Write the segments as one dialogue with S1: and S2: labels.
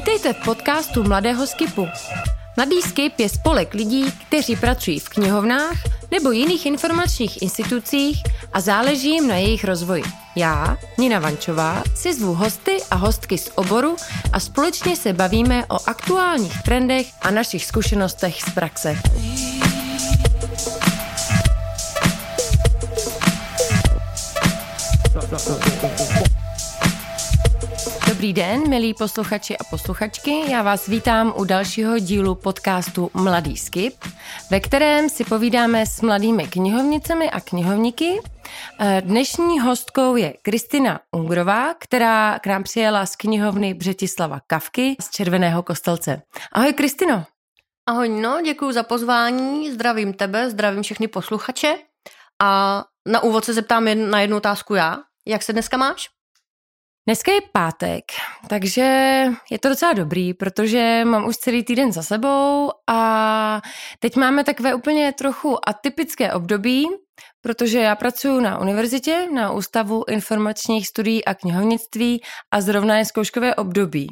S1: Vítejte v podcastu Mladého Skipu. Mladý Skip je spolek lidí, kteří pracují v knihovnách nebo jiných informačních institucích a záleží jim na jejich rozvoji. Já, Nina Vančová, si zvu hosty a hostky z oboru a společně se bavíme o aktuálních trendech a našich zkušenostech z praxe. Dobrý den, milí posluchači a posluchačky, já vás vítám u dalšího dílu podcastu Mladý Skip, ve kterém si povídáme s mladými knihovnicemi a knihovníky. Dnešní hostkou je Kristina Ungrová, která k nám přijela z knihovny Břetislava Kafky z Červeného Kostelce. Ahoj Kristino.
S2: Ahoj, děkuji za pozvání, zdravím tebe, zdravím všechny posluchače a na úvod se zeptám na jednu otázku já. Jak se dneska máš?
S1: Dneska je pátek, takže je to docela dobrý, protože mám už celý týden za sebou a teď máme takové úplně trochu atypické období, protože já pracuji na univerzitě, na Ústavu informačních studií a knihovnictví a zrovna je zkouškové období,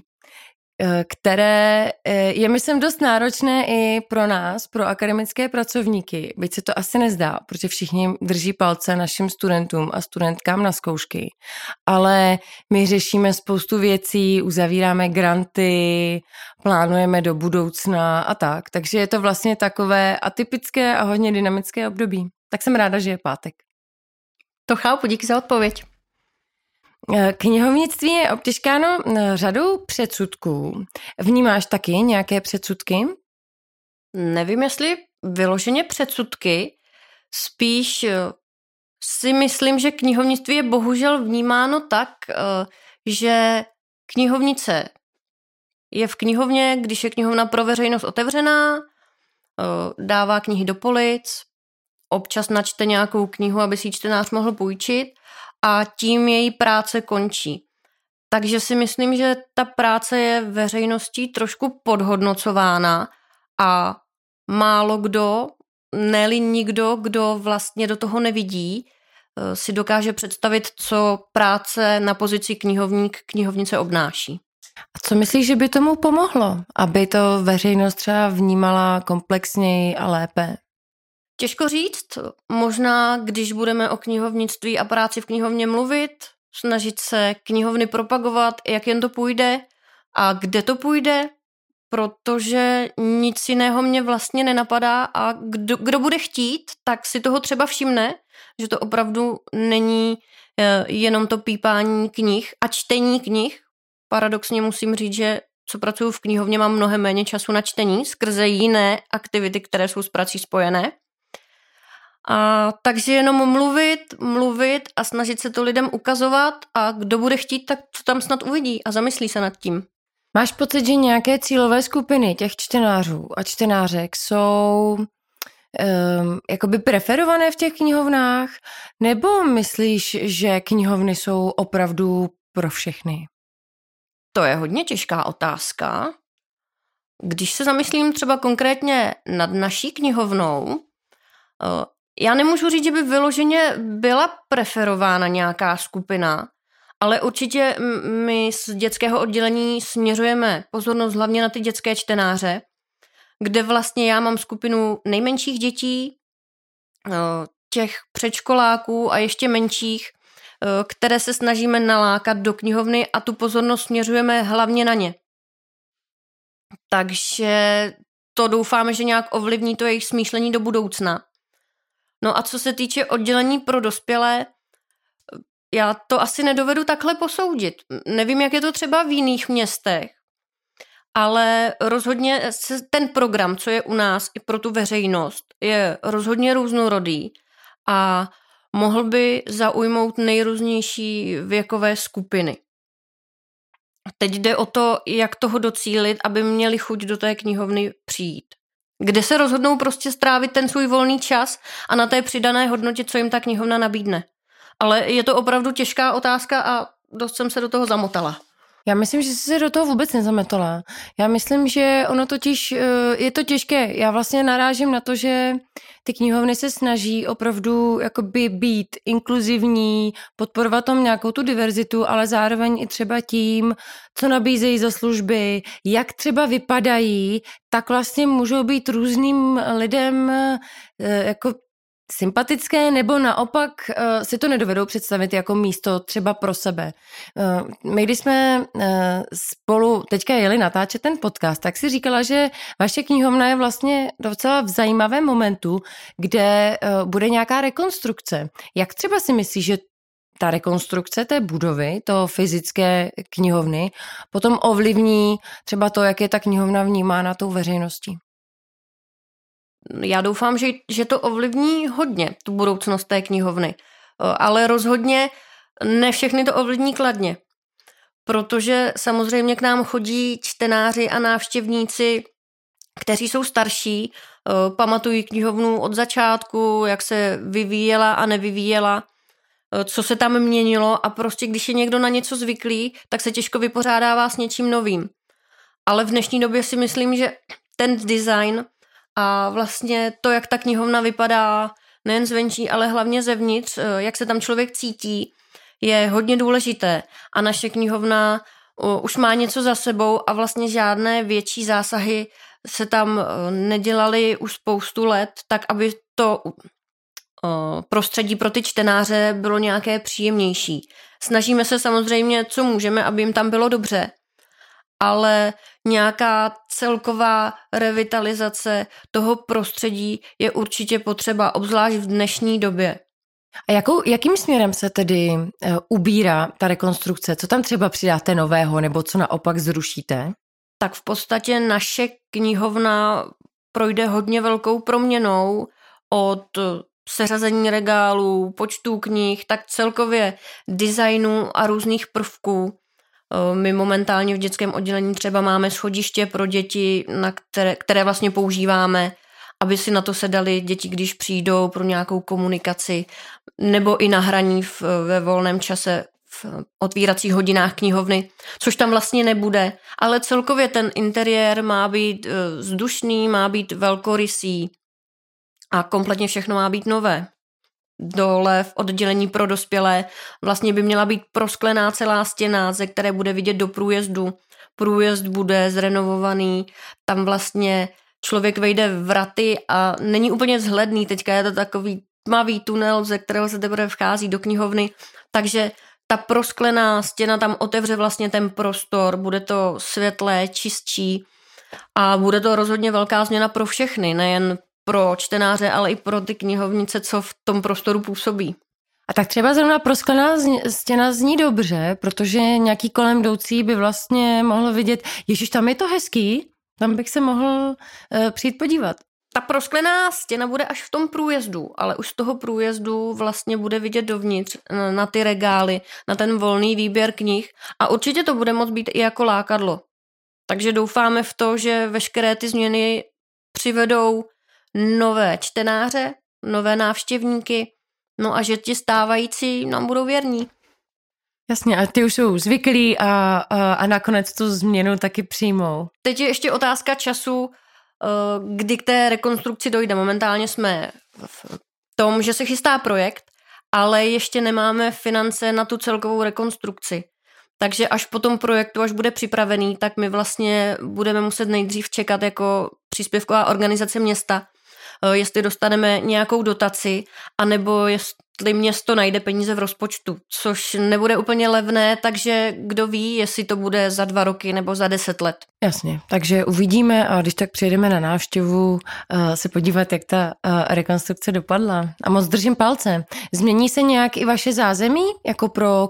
S1: které je, myslím, dost náročné i pro nás, pro akademické pracovníky, byť se to asi nezdá, protože všichni drží palce našim studentům a studentkám na zkoušky, ale my řešíme spoustu věcí, uzavíráme granty, plánujeme do budoucna a tak, takže je to vlastně takové atypické a hodně dynamické období. Tak jsem ráda, že je pátek.
S2: To chápu, díky za odpověď.
S1: Knihovnictví je obtěžkáno řadou předsudků. Vnímáš taky nějaké předsudky?
S2: Nevím, jestli vyloženě předsudky, spíš si myslím, že knihovnictví je bohužel vnímáno tak, že knihovnice je v knihovně, když je knihovna pro veřejnost otevřená, dává knihy do polic, občas načte nějakou knihu, aby si ji čtenář mohl půjčit, a tím její práce končí. Takže si myslím, že ta práce je veřejností trošku podhodnocována a málo kdo, ne-li nikdo, kdo vlastně do toho nevidí, si dokáže představit, co práce na pozici knihovnice obnáší.
S1: A co myslíš, že by tomu pomohlo, aby to veřejnost třeba vnímala komplexněji a lépe?
S2: Těžko říct, možná když budeme o knihovnictví a práci v knihovně mluvit, snažit se knihovny propagovat, jak jen to půjde a kde to půjde, protože nic jiného mě vlastně nenapadá a kdo bude chtít, tak si toho třeba všimne, že to opravdu není jenom to pípání knih a čtení knih. Paradoxně musím říct, že co pracuji v knihovně, mám mnohem méně času na čtení skrze jiné aktivity, které jsou s prací spojené. Takže jenom mluvit a snažit se to lidem ukazovat a kdo bude chtít, tak to tam snad uvidí a zamyslí se nad tím.
S1: Máš pocit, že nějaké cílové skupiny těch čtenářů a čtenářek jsou jakoby preferované v těch knihovnách, nebo myslíš, že knihovny jsou opravdu pro všechny?
S2: To je hodně těžká otázka. Když se zamyslím třeba konkrétně nad naší knihovnou, já nemůžu říct, že by vyloženě byla preferována nějaká skupina, ale určitě my z dětského oddělení směřujeme pozornost hlavně na ty dětské čtenáře, kde vlastně já mám skupinu nejmenších dětí, těch předškoláků a ještě menších, které se snažíme nalákat do knihovny a tu pozornost směřujeme hlavně na ně. Takže to doufáme, že nějak ovlivní to jejich smýšlení do budoucna. No a co se týče oddělení pro dospělé, já to asi nedovedu takhle posoudit. Nevím, jak je to třeba v jiných městech, ale rozhodně ten program, co je u nás i pro tu veřejnost, je rozhodně různorodý a mohl by zaujmout nejrůznější věkové skupiny. Teď jde o to, jak toho docílit, aby měli chuť do té knihovny přijít. Kde se rozhodnou prostě strávit ten svůj volný čas a na té přidané hodnotě, co jim ta knihovna nabídne. Ale je to opravdu těžká otázka a dost jsem se do toho zamotala.
S1: Já myslím, že jsi se do toho vůbec nezametala. Já myslím, že ono totiž je to těžké. Já vlastně narážím na to, že ty knihovny se snaží opravdu jakoby být inkluzivní, podporovat tam nějakou tu diverzitu, ale zároveň i třeba tím, co nabízejí za služby, jak třeba vypadají, tak vlastně můžou být různým lidem jako sympatické, nebo naopak si to nedovedou představit jako místo třeba pro sebe. My, když jsme spolu teďka jeli natáčet ten podcast, tak si říkala, že vaše knihovna je vlastně docela v zajímavém momentu, kde bude nějaká rekonstrukce. Jak třeba si myslíš, že ta rekonstrukce té budovy, to fyzické knihovny, potom ovlivní třeba to, jak je ta knihovna vnímána tou veřejností?
S2: Já doufám, že to ovlivní hodně tu budoucnost té knihovny, ale rozhodně ne všechny to ovlivní kladně, protože samozřejmě k nám chodí čtenáři a návštěvníci, kteří jsou starší, pamatují knihovnu od začátku, jak se vyvíjela a nevyvíjela, co se tam měnilo a prostě když je někdo na něco zvyklý, tak se těžko vypořádává s něčím novým. Ale v dnešní době si myslím, že ten design a vlastně to, jak ta knihovna vypadá nejen zvenčí, ale hlavně zevnitř, jak se tam člověk cítí, je hodně důležité. A naše knihovna už má něco za sebou a vlastně žádné větší zásahy se tam nedělaly už spoustu let, tak aby to prostředí pro ty čtenáře bylo nějaké příjemnější. Snažíme se samozřejmě, co můžeme, aby jim tam bylo dobře, ale nějaká celková revitalizace toho prostředí je určitě potřeba, obzvlášť v dnešní době.
S1: A jakým směrem se tedy ubírá ta rekonstrukce? Co tam třeba přidáte nového nebo co naopak zrušíte?
S2: Tak v podstatě naše knihovna projde hodně velkou proměnou od seřazení regálů, počtů knih, tak celkově designu a různých prvků. My momentálně v dětském oddělení třeba máme schodiště pro děti, které vlastně používáme, aby si na to sedali děti, když přijdou pro nějakou komunikaci, nebo i na hraní ve volném čase v otvíracích hodinách knihovny, což tam vlastně nebude. Ale celkově ten interiér má být vzdušný, má být velkorysý a kompletně všechno má být nové. Dole v oddělení pro dospělé vlastně by měla být prosklená celá stěna, ze které bude vidět do průjezdu. Průjezd bude zrenovovaný, tam vlastně člověk vejde vraty a není úplně vzhledný, teďka je to takový tmavý tunel, ze kterého se teprve vchází do knihovny, takže ta prosklená stěna tam otevře vlastně ten prostor, bude to světlé, čistší a bude to rozhodně velká změna pro všechny, nejen pro čtenáře, ale i pro ty knihovnice, co v tom prostoru působí.
S1: A tak třeba zrovna prosklená stěna zní dobře, protože nějaký kolem jdoucí by vlastně mohl vidět, ježiš, tam je to hezký, tam bych se mohl přijít podívat.
S2: Ta prosklená stěna bude až v tom průjezdu, ale už z toho průjezdu vlastně bude vidět dovnitř na ty regály, na ten volný výběr knih a určitě to bude moct být i jako lákadlo. Takže doufáme v to, že veškeré ty změny přivedou nové čtenáře, nové návštěvníky, no a že ti stávající nám budou věrní.
S1: Jasně, a ty už jsou zvyklí a nakonec tu změnu taky přijmou.
S2: Teď je ještě otázka času, kdy k té rekonstrukci dojde. Momentálně jsme v tom, že se chystá projekt, ale ještě nemáme finance na tu celkovou rekonstrukci. Takže až po tom projektu, až bude připravený, tak my vlastně budeme muset nejdřív čekat jako příspěvková organizace města, jestli dostaneme nějakou dotaci, anebo jestli město najde peníze v rozpočtu, což nebude úplně levné, takže kdo ví, jestli to bude za 2 roky nebo za 10 let.
S1: Jasně, takže uvidíme a když tak přijedeme na návštěvu se podívat, jak ta rekonstrukce dopadla. A moc držím palce. Změní se nějak i vaše zázemí, jako pro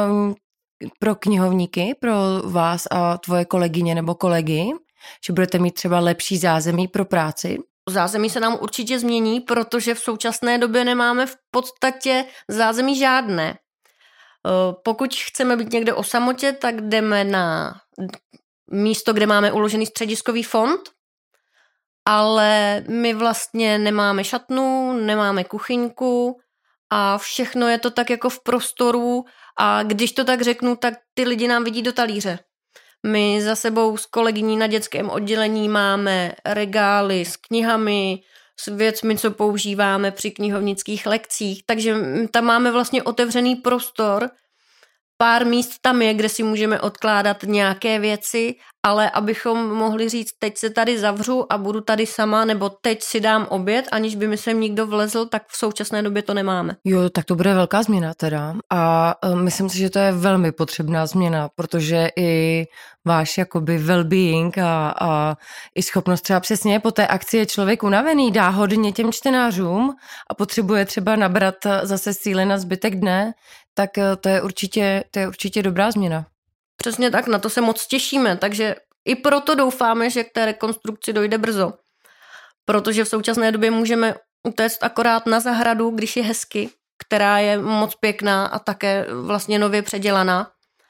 S1: knihovníky, pro vás a tvoje kolegyně nebo kolegy? Že budete mít třeba lepší zázemí pro práci?
S2: Zázemí se nám určitě změní, protože v současné době nemáme v podstatě zázemí žádné. Pokud chceme být někde o samotě, tak jdeme na místo, kde máme uložený střediskový fond, ale my vlastně nemáme šatnu, nemáme kuchyňku a všechno je to tak jako v prostoru a když to tak řeknu, tak ty lidi nám vidí do talíře. My za sebou s kolegyní na dětském oddělení máme regály s knihami, s věcmi, co používáme při knihovnických lekcích, takže tam máme vlastně otevřený prostor. Pár míst tam je, kde si můžeme odkládat nějaké věci, ale abychom mohli říct, teď se tady zavřu a budu tady sama, nebo teď si dám oběd, aniž by mi sem nikdo vlezl, tak v současné době to nemáme.
S1: Jo, tak to bude velká změna teda a myslím si, že to je velmi potřebná změna, protože i váš jakoby well-being a i schopnost třeba přesně po té akci je člověk unavený, dá hodně těm čtenářům a potřebuje třeba nabrat zase síly na zbytek dne, tak to je určitě dobrá změna.
S2: Přesně tak, na to se moc těšíme, takže i proto doufáme, že k té rekonstrukci dojde brzo. Protože v současné době můžeme utéct akorát na zahradu, když je hezky, která je moc pěkná a také vlastně nově předělaná.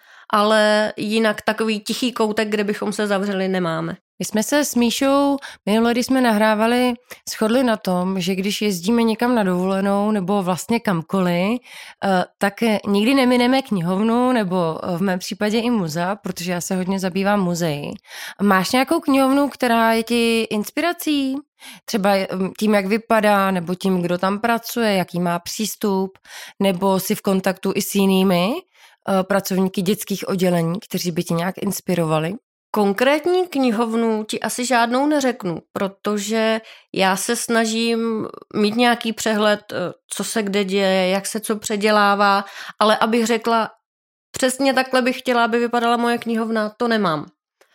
S2: Ale jinak takový tichý koutek, kde bychom se zavřeli, nemáme.
S1: My jsme se s Míšou minule, když jsme nahrávali, shodli na tom, že když jezdíme někam na dovolenou nebo vlastně kamkoliv, tak nikdy nemineme knihovnu nebo v mém případě i muzea, protože já se hodně zabývám muzeí. Máš nějakou knihovnu, která je ti inspirací? Třeba tím, jak vypadá, nebo tím, kdo tam pracuje, jaký má přístup, nebo si v kontaktu i s jinými pracovníky dětských oddělení, kteří by tě nějak inspirovali?
S2: Konkrétní knihovnu ti asi žádnou neřeknu, protože já se snažím mít nějaký přehled, co se kde děje, jak se co předělává, ale abych řekla, přesně takhle bych chtěla, aby vypadala moje knihovna, to nemám.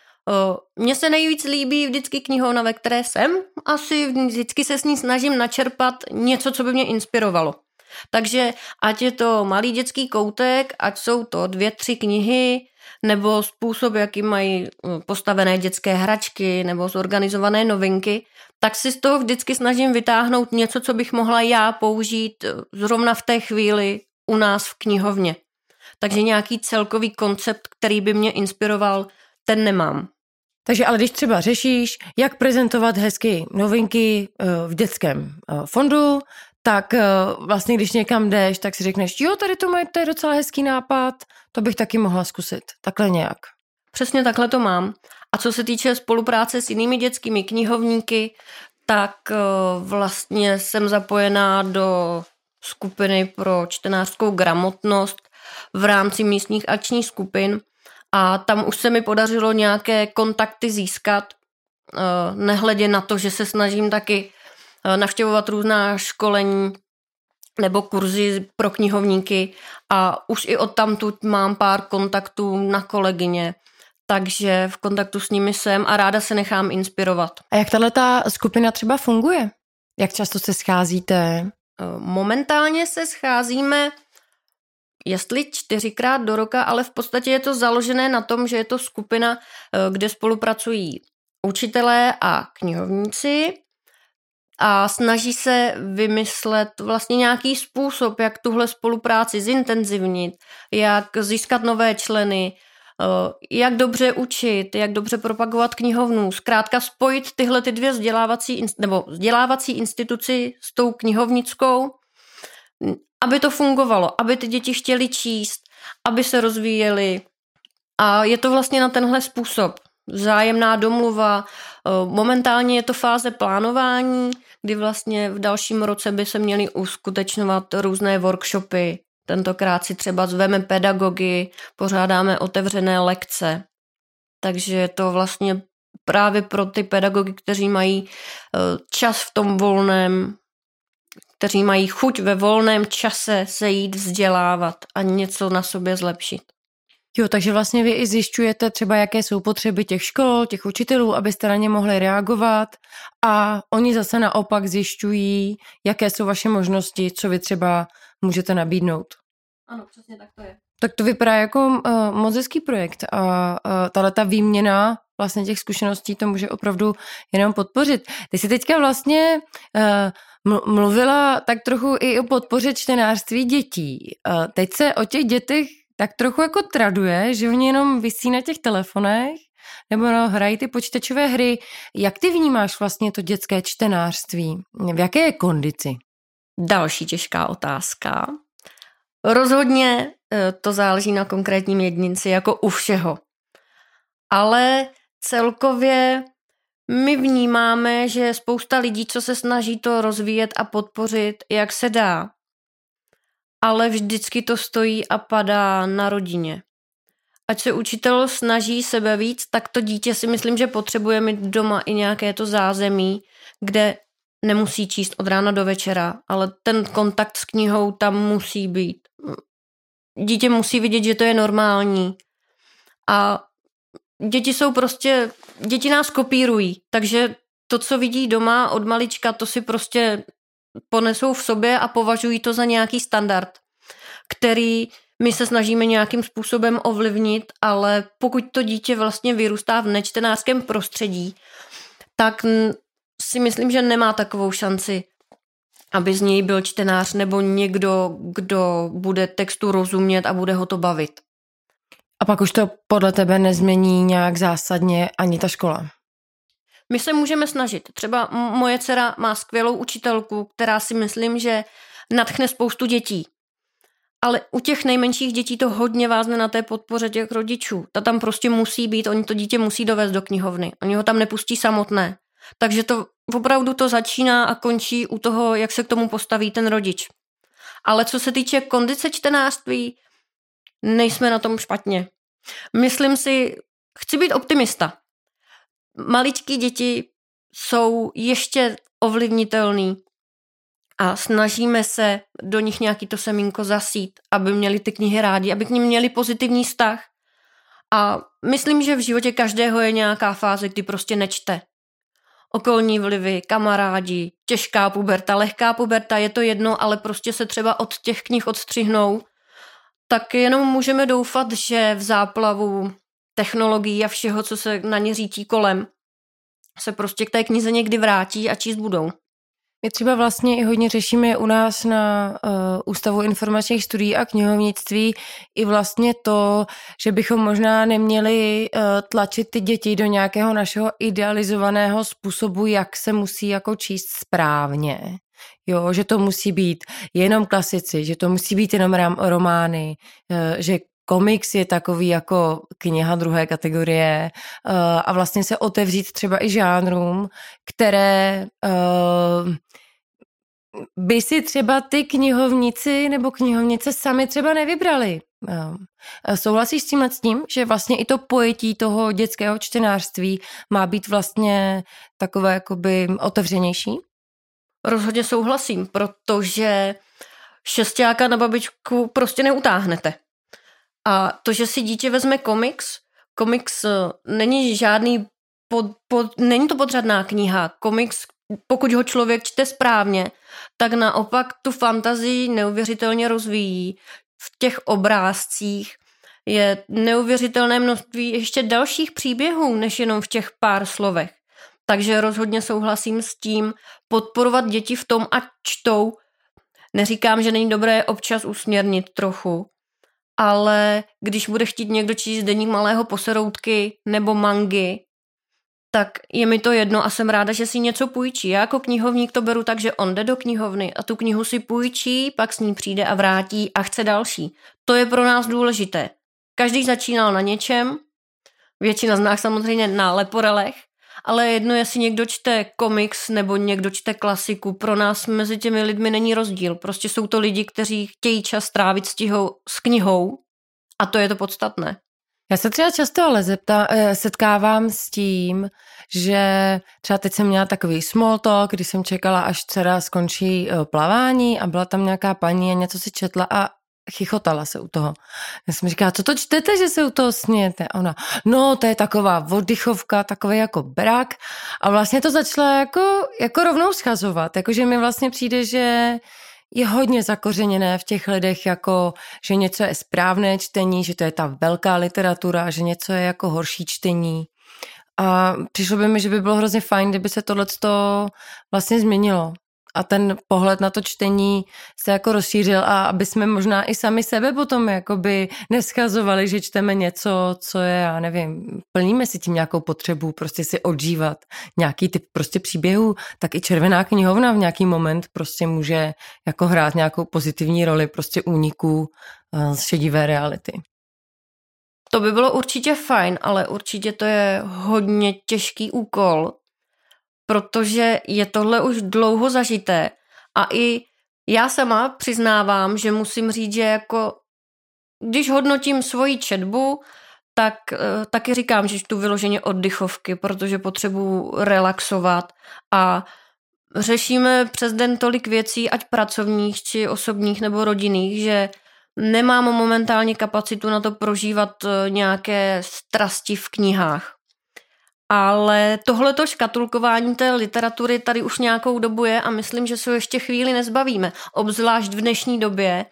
S2: Mně se nejvíc líbí vždycky knihovna, ve které jsem, asi vždycky se s ní snažím načerpat něco, co by mě inspirovalo. Takže ať je to malý dětský koutek, ať jsou to 2-3 knihy, nebo způsob, jaký mají postavené dětské hračky, nebo zorganizované novinky, tak si z toho vždycky snažím vytáhnout něco, co bych mohla já použít zrovna v té chvíli u nás v knihovně. Takže nějaký celkový koncept, který by mě inspiroval, ten nemám.
S1: Takže ale když třeba řešíš, jak prezentovat hezky novinky v dětském fondu, tak vlastně když někam jdeš, tak si řekneš, jo, tady to je docela hezký nápad, to bych taky mohla zkusit. Takhle nějak.
S2: Přesně takhle to mám. A co se týče spolupráce s jinými dětskými knihovníky, tak vlastně jsem zapojená do skupiny pro čtenářskou gramotnost v rámci místních akčních skupin a tam už se mi podařilo nějaké kontakty získat, nehledě na to, že se snažím taky navštěvovat různá školení nebo kurzy pro knihovníky a už i odtamtud mám pár kontaktů na kolegyně, takže v kontaktu s nimi jsem a ráda se nechám inspirovat.
S1: A jak tato skupina třeba funguje? Jak často se scházíte?
S2: Momentálně se scházíme jestli 4krát do roka, ale v podstatě je to založené na tom, že je to skupina, kde spolupracují učitelé a knihovníci a snaží se vymyslet vlastně nějaký způsob, jak tuhle spolupráci zintenzivnit, jak získat nové členy, jak dobře učit, jak dobře propagovat knihovnu, zkrátka spojit tyhle ty dvě vzdělávací instituci s tou knihovnickou, aby to fungovalo, aby ty děti chtěly číst, aby se rozvíjely. A je to vlastně na tenhle způsob. Vzájemná domluva. Momentálně je to fáze plánování, kdy vlastně v dalším roce by se měly uskutečňovat různé workshopy. Tentokrát si třeba zveme pedagogy, pořádáme otevřené lekce. Takže je to vlastně právě pro ty pedagogy, kteří mají čas v tom volném, kteří mají chuť ve volném čase se jít vzdělávat a něco na sobě zlepšit.
S1: Jo, takže vlastně vy i zjišťujete třeba, jaké jsou potřeby těch škol, těch učitelů, abyste na ně mohli reagovat a oni zase naopak zjišťují, jaké jsou vaše možnosti, co vy třeba můžete nabídnout.
S2: Ano, přesně tak to je.
S1: Tak to vypadá jako moc hezký projekt a tato výměna vlastně těch zkušeností to může opravdu jenom podpořit. Ty jsi teďka vlastně mluvila tak trochu i o podpoře čtenářství dětí. Teď se o těch dětech tak trochu jako traduje, že oni jenom visí na těch telefonech nebo hrají ty počítačové hry. Jak ty vnímáš vlastně to dětské čtenářství? V jaké je kondici?
S2: Další těžká otázka. Rozhodně to záleží na konkrétním jedinci, jako u všeho. Ale celkově my vnímáme, že je spousta lidí, co se snaží to rozvíjet a podpořit, jak se dá. Ale vždycky to stojí a padá na rodině. Ať se učitel snaží sebe víc, tak to dítě si myslím, že potřebuje mít doma i nějaké to zázemí, kde nemusí číst od rána do večera, ale ten kontakt s knihou tam musí být. Dítě musí vidět, že to je normální. A děti nás kopírují, takže to, co vidí doma od malička, to si prostě ponesou v sobě a považují to za nějaký standard, který my se snažíme nějakým způsobem ovlivnit, ale pokud to dítě vlastně vyrůstá v nečtenářském prostředí, tak si myslím, že nemá takovou šanci, aby z něj byl čtenář nebo někdo, kdo bude textu rozumět a bude ho to bavit.
S1: A pak už to podle tebe nezmění nějak zásadně ani ta škola?
S2: My se můžeme snažit. Třeba moje dcera má skvělou učitelku, která si myslím, že nadchne spoustu dětí. Ale u těch nejmenších dětí to hodně vázne na té podpoře těch rodičů. Ta tam prostě musí být, oni to dítě musí dovést do knihovny. Oni ho tam nepustí samotné. Takže to opravdu to začíná a končí u toho, jak se k tomu postaví ten rodič. Ale co se týče kondice čtenářství, nejsme na tom špatně. Myslím si, chci být optimista. Maličký děti jsou ještě ovlivnitelný a snažíme se do nich nějaký to semínko zasít, aby měli ty knihy rádi, aby k nim měli pozitivní vztah. A myslím, že v životě každého je nějaká fáze, kdy prostě nečte. Okolní vlivy, kamarádi, těžká puberta, lehká puberta, je to jedno, ale prostě se třeba od těch knih odstřihnou. Tak jenom můžeme doufat, že v záplavu technologií a všeho, co se na ně řítí kolem, se prostě k té knize někdy vrátí a číst budou.
S1: My třeba vlastně i hodně řešíme u nás na Ústavu informačních studií a knihovnictví i vlastně to, že bychom možná neměli tlačit ty děti do nějakého našeho idealizovaného způsobu, jak se musí jako číst správně. Jo, že to musí být jenom klasici, že to musí být jenom romány, že komiks je takový jako kniha druhé kategorie a vlastně se otevřít třeba i žánrům, které by si třeba ty knihovníci nebo knihovnice sami třeba nevybrali. Souhlasíš s tím, že vlastně i to pojetí toho dětského čtenářství má být vlastně takové jakoby otevřenější?
S2: Rozhodně souhlasím, protože šesťáka na babičku prostě neutáhnete. A to, že si dítě vezme komiks není žádný, není to podřadná kniha. Komiks, pokud ho člověk čte správně, tak naopak tu fantazii neuvěřitelně rozvíjí. V těch obrázcích je neuvěřitelné množství ještě dalších příběhů, než jenom v těch pár slovech. Takže rozhodně souhlasím s tím podporovat děti v tom, ať čtou. Neříkám, že není dobré občas usměrnit trochu, ale když bude chtít někdo číst Deník malého poseroutky nebo mangy, tak je mi to jedno a jsem ráda, že si něco půjčí. Já jako knihovník to beru tak, že on jde do knihovny a tu knihu si půjčí, pak s ní přijde a vrátí a chce další. To je pro nás důležité. Každý začínal na něčem, většina z nás samozřejmě na leporelech, ale jedno, jestli někdo čte komiks nebo někdo čte klasiku, pro nás mezi těmi lidmi není rozdíl. Prostě jsou to lidi, kteří chtějí čas strávit s knihou a to je to podstatné.
S1: Já se třeba často ale setkávám s tím, že třeba teď jsem měla takový small talk, když jsem čekala, až dcera skončí plavání a byla tam nějaká paní a něco si četla a chichotala se u toho. Já jsem říkala, co to čtete, že se u toho smějete? A ona, no to je taková oddychovka, takový jako brak a vlastně to začala jako rovnou schazovat, jakože mi vlastně přijde, že je hodně zakořeněné v těch lidech, jako, že něco je správné čtení, že to je ta velká literatura, že něco je jako horší čtení. A přišlo by mi, že by bylo hrozně fajn, kdyby se tohleto vlastně změnilo. a ten pohled na to čtení se jako rozšířil a aby jsme možná i sami sebe potom jakoby neschazovali, že čteme něco, co je, já nevím, plníme si tím nějakou potřebu, prostě si odžívat nějaký typ prostě příběhů, tak i Červená knihovna v nějaký moment prostě může jako hrát nějakou pozitivní roli prostě úniků z šedivé reality.
S2: To by bylo určitě fajn, ale určitě to je hodně těžký úkol, protože je tohle už dlouho zažité a i já sama přiznávám, že musím říct, že jako když hodnotím svoji četbu, tak taky říkám, že čtu vyloženě oddychovky, protože potřebuji relaxovat a řešíme přes den tolik věcí, ať pracovních, či osobních nebo rodinných, že nemám momentálně kapacitu na to prožívat nějaké strasti v knihách. Ale tohleto škatulkování té literatury tady už nějakou dobu je a myslím, že se ho ještě chvíli nezbavíme. Obzvlášť v dnešní době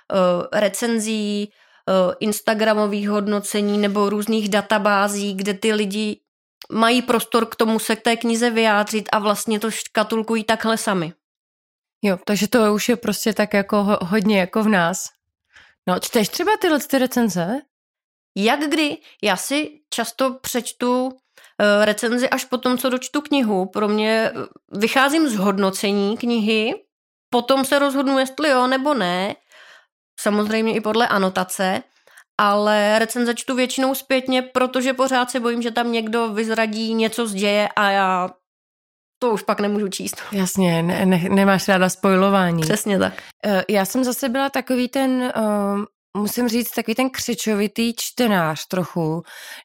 S2: recenzí, instagramových hodnocení nebo různých databází, kde ty lidi mají prostor k tomu se k té knize vyjádřit a vlastně to škatulkují takhle sami.
S1: Jo, takže to už je prostě tak jako hodně jako v nás. No, čteš třeba tyhle recenze?
S2: Jak kdy? Já si často přečtu recenzi až potom, co dočtu knihu. Pro mě vycházím z hodnocení knihy, potom se rozhodnu, jestli jo nebo ne, samozřejmě i podle anotace, ale recenze čtu většinou zpětně, protože pořád se bojím, že tam někdo vyzradí něco z děje a já to už pak nemůžu číst.
S1: Jasně, nemáš ráda spoilování.
S2: Přesně tak.
S1: Já jsem zase byla takový ten, musím říct, takový ten křečovitý čtenář trochu,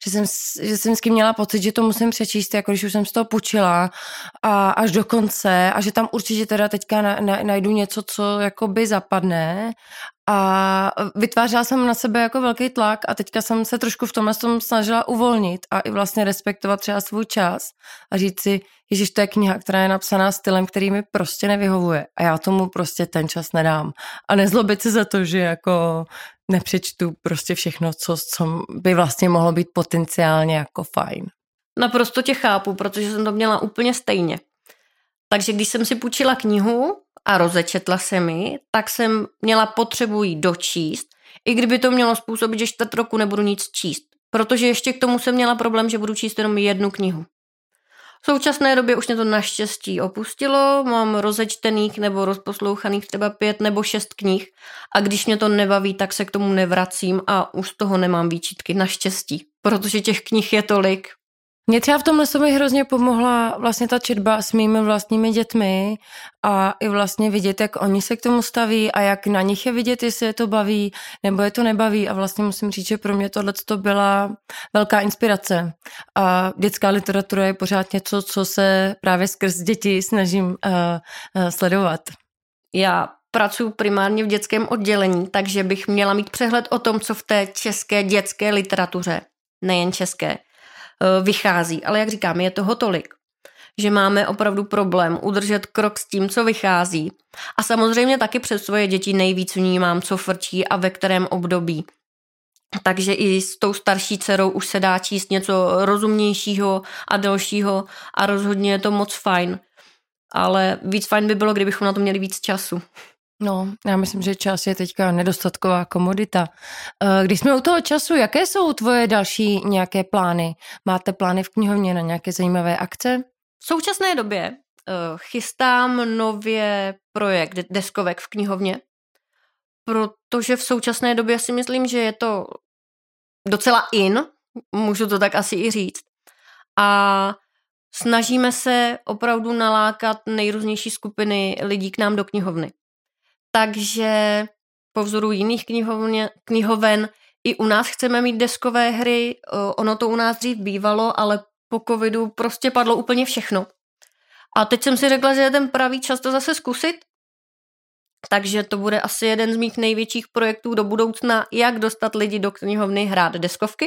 S1: že jsem s kým měla pocit, že to musím přečíst, jako když už jsem z toho pučila a až do konce a že tam určitě teda teďka najdu něco, co jakoby zapadne a vytvářela jsem na sebe jako velký tlak a teďka jsem se trošku v tomhle snažila uvolnit a i vlastně respektovat třeba svůj čas a říct si, ježiš, to je kniha, která je napsaná stylem, který mi prostě nevyhovuje a já tomu prostě ten čas nedám. A nezlobit se za to, že jako nepřečtu prostě všechno, co by vlastně mohlo být potenciálně jako fajn.
S2: Naprosto tě chápu, protože jsem to měla úplně stejně. Takže když jsem si půjčila knihu a rozečetla se mi, tak jsem měla potřebu jí dočíst, i kdyby to mělo způsobit, že 4 roku nebudu nic číst. Protože ještě k tomu jsem měla problém, že budu číst jenom jednu knihu. V současné době už mě to naštěstí opustilo, mám rozečtených nebo rozposlouchaných třeba 5 nebo 6 knih a když mě to nebaví, tak se k tomu nevracím a už z toho nemám výčitky, naštěstí, protože těch knih je tolik.
S1: Mně třeba v tomhle se mi hrozně pomohla vlastně ta četba s mými vlastními dětmi a i vlastně vidět, jak oni se k tomu staví a jak na nich je vidět, jestli je to baví nebo je to nebaví a vlastně musím říct, že pro mě tohleto byla velká inspirace a dětská literatura je pořád něco, co se právě skrz děti snažím sledovat.
S2: Já pracuji primárně v dětském oddělení, takže bych měla mít přehled o tom, co v té české dětské literatuře, nejen české, vychází. Ale jak říkám, je toho tolik, že máme opravdu problém udržet krok s tím, co vychází. A samozřejmě taky přes svoje děti nejvíc vnímám, co frčí a ve kterém období. Takže i s tou starší dcerou už se dá číst něco rozumnějšího a delšího a rozhodně je to moc fajn. Ale víc fajn by bylo, kdybychom na to měli víc času.
S1: No, já myslím, že čas je teďka nedostatková komodita. Když jsme u toho času, jaké jsou tvoje další nějaké plány? Máte plány v knihovně na nějaké zajímavé akce?
S2: V současné době chystám nově projekt deskovek v knihovně, protože v současné době si myslím, že je to docela in, můžu to tak asi i říct. A snažíme se opravdu nalákat nejrůznější skupiny lidí k nám do knihovny. Takže po vzoru jiných knihoven i u nás chceme mít deskové hry, ono to u nás dřív bývalo, ale po covidu prostě padlo úplně všechno. A teď jsem si řekla, že je ten pravý čas to zase zkusit, takže to bude asi jeden z mých největších projektů do budoucna, jak dostat lidi do knihovny hrát deskovky.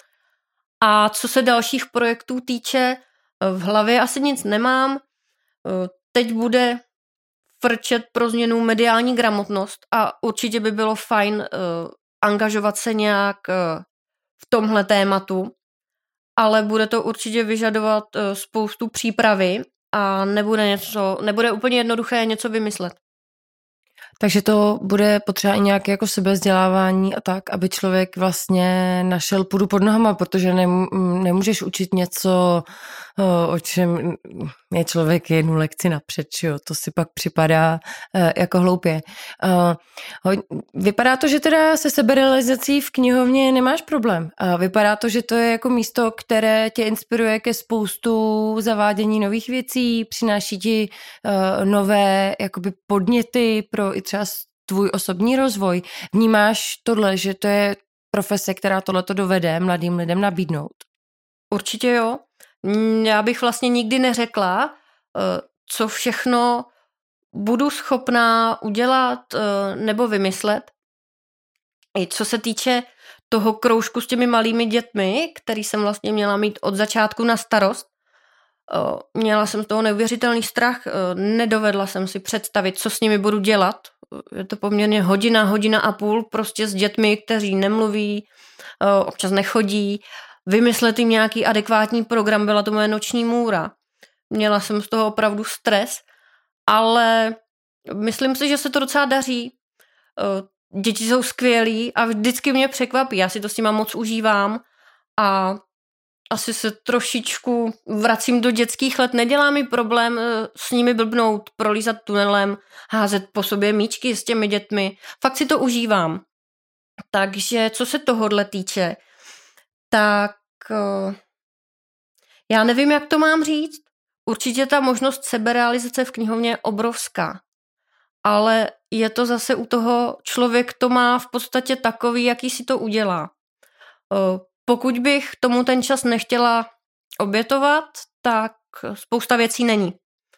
S2: A co se dalších projektů týče, v hlavě asi nic nemám, teď bude frčet pro změnu mediální gramotnost a určitě by bylo fajn angažovat se nějak v tomhle tématu, ale bude to určitě vyžadovat spoustu přípravy a nebude úplně jednoduché něco vymyslet.
S1: Takže to bude potřeba i nějaké jako sebevzdělávání a tak, aby člověk vlastně našel půdu pod nohama, protože nemůžeš učit něco, o čem je člověk jednu lekci napřed, jo? To si pak připadá jako hloupě. Vypadá to, že teda se seberealizací v knihovně nemáš problém. Vypadá to, že to je jako místo, které tě inspiruje ke spoustu zavádění nových věcí, přináší ti nové jakoby podněty pro i třeba tvůj osobní rozvoj. Vnímáš tohle, že to je profese, která tohleto dovede mladým lidem nabídnout?
S2: Určitě jo. Já bych vlastně nikdy neřekla, co všechno budu schopná udělat nebo vymyslet. I co se týče toho kroužku s těmi malými dětmi, který jsem vlastně měla mít od začátku na starost, měla jsem z toho neuvěřitelný strach, nedovedla jsem si představit, co s nimi budu dělat. Je to poměrně hodina a půl prostě s dětmi, kteří nemluví, občas nechodí, vymyslet jim nějaký adekvátní program, byla to moje noční můra. Měla jsem z toho opravdu stres, ale myslím si, že se to docela daří. Děti jsou skvělí a vždycky mě překvapí, já si to s nima moc užívám a asi se trošičku vracím do dětských let, nedělá mi problém s nimi blbnout, prolízat tunelem, házet po sobě míčky s těmi dětmi, fakt si to užívám. Takže co se tohodle týče, tak já nevím, jak to mám říct. Určitě ta možnost seberealizace v knihovně je obrovská, ale je to zase u toho, člověk to má v podstatě takový, jaký si to udělá. Pokud bych tomu ten čas nechtěla obětovat, tak spousta věcí není.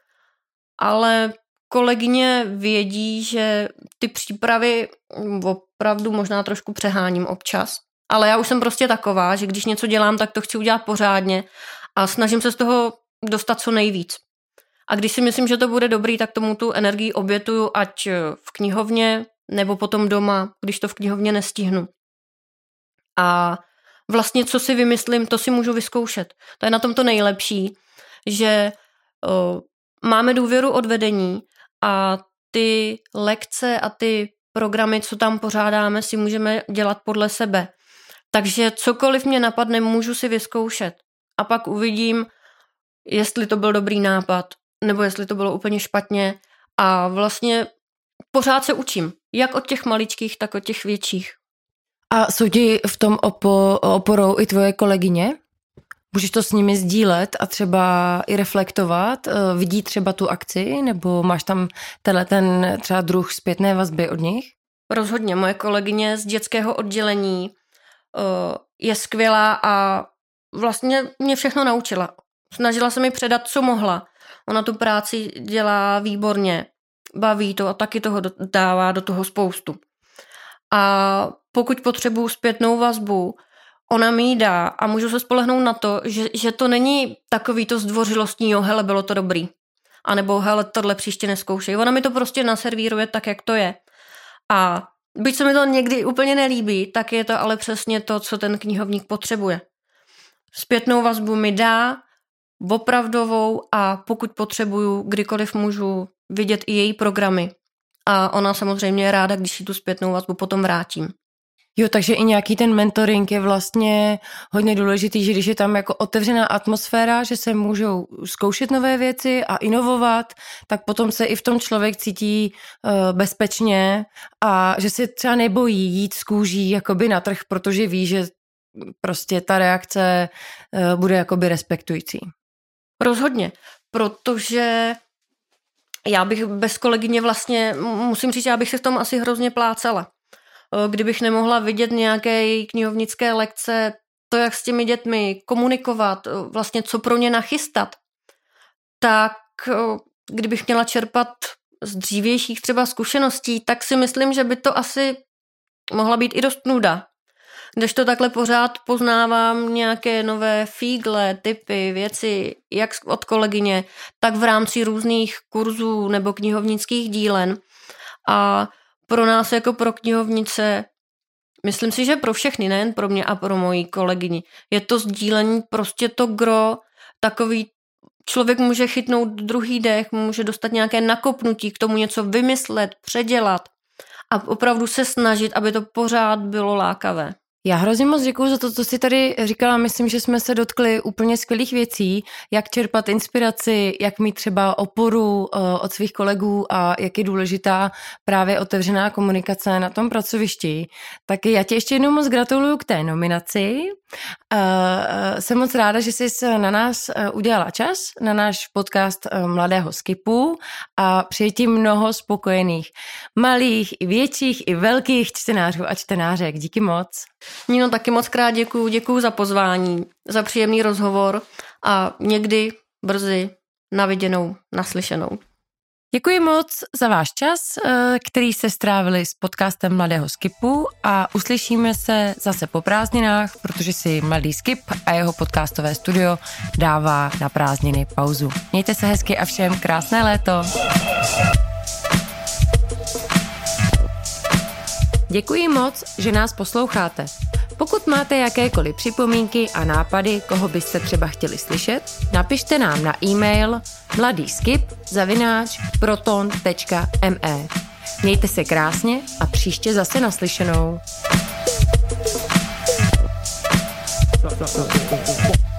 S2: Ale kolegyně vědí, že ty přípravy opravdu možná trošku přeháním občas. Ale já už jsem prostě taková, že když něco dělám, tak to chci udělat pořádně a snažím se z toho dostat co nejvíc. A když si myslím, že to bude dobrý, tak tomu tu energii obětuju, ať v knihovně nebo potom doma, když to v knihovně nestihnu. A vlastně, co si vymyslím, to si můžu vyzkoušet. To je na tom to nejlepší, že máme důvěru od vedení a ty lekce a ty programy, co tam pořádáme, si můžeme dělat podle sebe. Takže cokoliv mě napadne, můžu si vyzkoušet. A pak uvidím, jestli to byl dobrý nápad, nebo jestli to bylo úplně špatně. A vlastně pořád se učím. Jak od těch maličkých, tak od těch větších.
S1: A jsou ti v tom oporou i tvoje kolegyně? Můžeš to s nimi sdílet a třeba i reflektovat? Vidí třeba tu akci? Nebo máš tam ten třeba druh zpětné vazby od nich?
S2: Rozhodně. Moje kolegyně z dětského oddělení je skvělá a vlastně mě všechno naučila. Snažila se mi předat, co mohla. Ona tu práci dělá výborně. Baví to a taky toho dává do toho spoustu. A pokud potřebuju zpětnou vazbu, ona mi ji dá a můžu se spolehnout na to, že to není takový to zdvořilostní, jo, hele, bylo to dobrý. A nebo hele, tohle příště nezkoušej. Ona mi to prostě naservíruje tak, jak to je. A byť se mi to někdy úplně nelíbí, tak je to ale přesně to, co ten knihovník potřebuje. Zpětnou vazbu mi dá, opravdovou, a pokud potřebuju, kdykoliv můžu vidět i její programy. A ona samozřejmě je ráda, když jí tu zpětnou vazbu potom vrátím.
S1: Jo, takže i nějaký ten mentoring je vlastně hodně důležitý, že když je tam jako otevřená atmosféra, že se můžou zkoušet nové věci a inovovat, tak potom se i v tom člověk cítí bezpečně a že se třeba nebojí jít z kůží jakoby na trh, protože ví, že prostě ta reakce bude jakoby respektující.
S2: Rozhodně, protože já bych bez kolegyně vlastně, musím říct, já bych se v tom asi hrozně plácala. Kdybych nemohla vidět nějaké její knihovnické lekce, to, jak s těmi dětmi komunikovat, vlastně co pro ně nachystat, tak kdybych měla čerpat z dřívějších třeba zkušeností, tak si myslím, že by to asi mohla být i dost nuda. Kdežto takhle pořád poznávám nějaké nové fígle, typy, věci, jak od kolegyně, tak v rámci různých kurzů nebo knihovnických dílen. A pro nás jako pro knihovnice, myslím si, že pro všechny, nejen pro mě a pro moji kolegyni, je to sdílení prostě to gro, takový člověk může chytnout druhý dech, může dostat nějaké nakopnutí, k tomu něco vymyslet, předělat a opravdu se snažit, aby to pořád bylo lákavé.
S1: Já hrozně moc děkuju za to, co jsi tady říkala. Myslím, že jsme se dotkli úplně skvělých věcí, jak čerpat inspiraci, jak mít třeba oporu od svých kolegů a jak je důležitá právě otevřená komunikace na tom pracovišti. Tak já ti ještě jednou moc gratuluju k té nominaci. Jsem moc ráda, že jsi na nás udělala čas, na náš podcast Mladého Skipu a přeji ti mnoho spokojených malých i větších i velkých čtenářů a čtenářek. Díky moc.
S2: Nino, taky moc krát děkuju za pozvání, za příjemný rozhovor a někdy brzy na viděnou, naslyšenou.
S1: Děkuji moc za váš čas, který se strávili s podcastem Mladého Skipu a uslyšíme se zase po prázdninách, protože si Mladý Skip a jeho podcastové studio dává na prázdniny pauzu. Mějte se hezky a všem krásné léto. Děkuji moc, že nás posloucháte. Pokud máte jakékoliv připomínky a nápady, koho byste třeba chtěli slyšet, napište nám na e-mail mladýskip@proton.me. Mějte se krásně a příště zase naslyšenou.